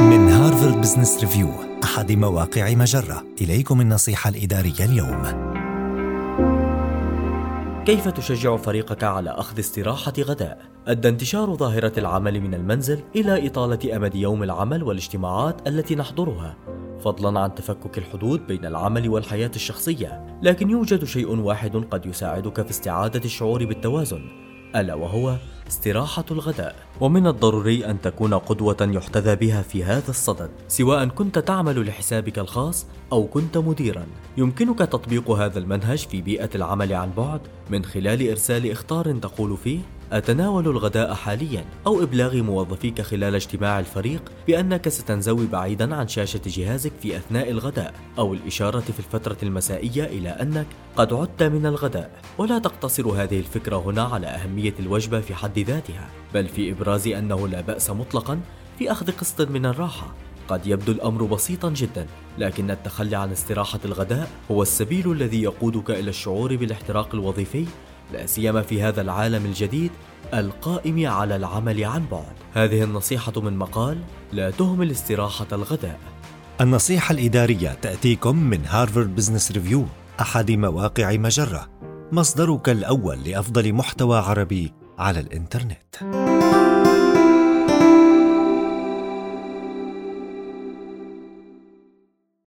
من هارفارد بزنس ريفيو، أحد مواقع مجرة، إليكم النصيحة الإدارية اليوم. كيف تشجع فريقك على أخذ استراحة غداء؟ أدى انتشار ظاهرة العمل من المنزل إلى إطالة أمد يوم العمل والاجتماعات التي نحضرها، فضلاً عن تفكك الحدود بين العمل والحياة الشخصية. لكن يوجد شيء واحد قد يساعدك في استعادة الشعور بالتوازن، ألا وهو استراحة الغداء. ومن الضروري أن تكون قدوة يحتذى بها في هذا الصدد، سواء كنت تعمل لحسابك الخاص أو كنت مديرا. يمكنك تطبيق هذا المنهج في بيئة العمل عن بعد من خلال إرسال إخطار تقول فيه: أتناول الغداء حاليا، أو إبلاغ موظفيك خلال اجتماع الفريق بأنك ستنزوي بعيدا عن شاشة جهازك في أثناء الغداء، أو الإشارة في الفترة المسائية إلى أنك قد عدت من الغداء. ولا تقتصر هذه الفكرة هنا على أهمية الوجبة في حد ذاتها، بل في إبراز أنه لا بأس مطلقا في أخذ قسط من الراحة. قد يبدو الأمر بسيطا جدا، لكن التخلي عن استراحة الغداء هو السبيل الذي يقودك إلى الشعور بالاحتراق الوظيفي، لا سيما في هذا العالم الجديد القائم على العمل عن بعد. هذه النصيحة من مقال لا تهمل استراحة الغداء. النصيحة الإدارية تأتيكم من هارفارد بزنس ريفيو، أحد مواقع مجرة، مصدرك الأول لأفضل محتوى عربي على الإنترنت.